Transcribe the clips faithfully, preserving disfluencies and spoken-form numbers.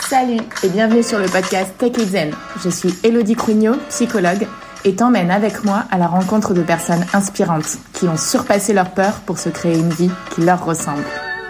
Salut et bienvenue sur le podcast Take It Zen. Je suis Elodie Crugnot, psychologue, et t'emmène avec moi à la rencontre de personnes inspirantes qui ont surpassé leur peur pour se créer une vie qui leur ressemble.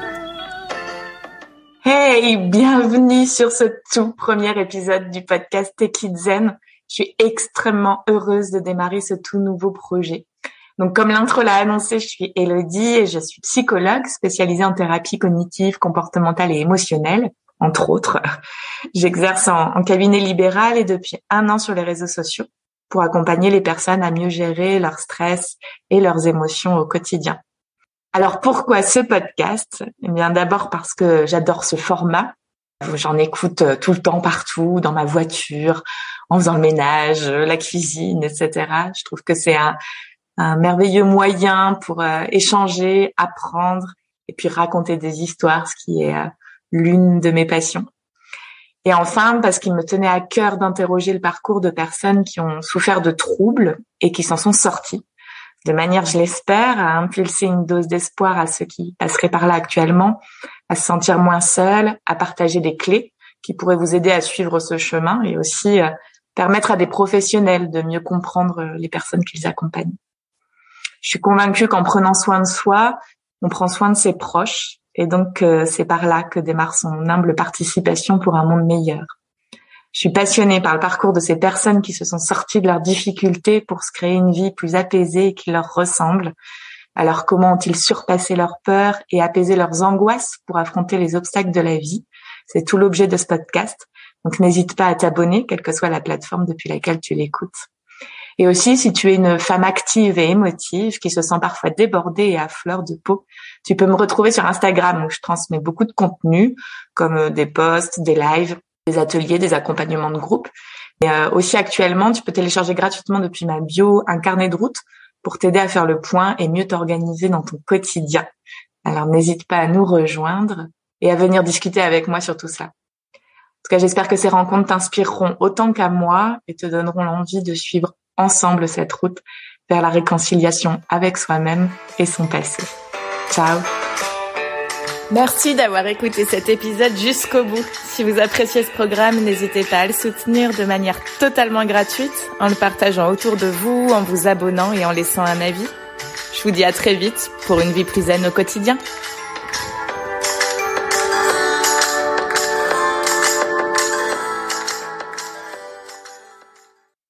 Hey, bienvenue sur ce tout premier épisode du podcast Take It Zen. Je suis extrêmement heureuse de démarrer ce tout nouveau projet. Donc, comme l'intro l'a annoncé, je suis Elodie et je suis psychologue spécialisée en thérapie cognitive, comportementale et émotionnelle, entre autres. J'exerce en, en cabinet libéral et depuis un an sur les réseaux sociaux pour accompagner les personnes à mieux gérer leur stress et leurs émotions au quotidien. Alors, pourquoi ce podcast ? Eh bien, d'abord parce que j'adore ce format. J'en écoute tout le temps, partout, dans ma voiture, en faisant le ménage, la cuisine, et cetera. Je trouve que c'est un un merveilleux moyen pour euh, échanger, apprendre et puis raconter des histoires, ce qui est euh, l'une de mes passions. Et enfin, parce qu'il me tenait à cœur d'interroger le parcours de personnes qui ont souffert de troubles et qui s'en sont sorties, de manière, je l'espère, à impulser une dose d'espoir à ceux qui passeraient par là actuellement, à se sentir moins seuls, à partager des clés qui pourraient vous aider à suivre ce chemin et aussi euh, permettre à des professionnels de mieux comprendre les personnes qu'ils accompagnent. Je suis convaincue qu'en prenant soin de soi, on prend soin de ses proches et donc euh, c'est par là que démarre son humble participation pour un monde meilleur. Je suis passionnée par le parcours de ces personnes qui se sont sorties de leurs difficultés pour se créer une vie plus apaisée et qui leur ressemble. Alors comment ont-ils surpassé leurs peurs et apaisé leurs angoisses pour affronter les obstacles de la vie ? C'est tout l'objet de ce podcast. Donc n'hésite pas à t'abonner, quelle que soit la plateforme depuis laquelle tu l'écoutes. Et aussi, si tu es une femme active et émotive qui se sent parfois débordée et à fleur de peau, tu peux me retrouver sur Instagram où je transmets beaucoup de contenu comme des posts, des lives, des ateliers, des accompagnements de groupe. Et euh, aussi actuellement, tu peux télécharger gratuitement depuis ma bio un carnet de route pour t'aider à faire le point et mieux t'organiser dans ton quotidien. Alors n'hésite pas à nous rejoindre et à venir discuter avec moi sur tout ça. En tout cas, j'espère que ces rencontres t'inspireront autant qu'à moi et te donneront l'envie de suivre ensemble cette route vers la réconciliation avec soi-même et son passé. Ciao. Merci d'avoir écouté cet épisode jusqu'au bout. Si vous appréciez ce programme, n'hésitez pas à le soutenir de manière totalement gratuite en le partageant autour de vous, en vous abonnant et en laissant un avis. Je vous dis à très vite pour une vie plus zen au quotidien.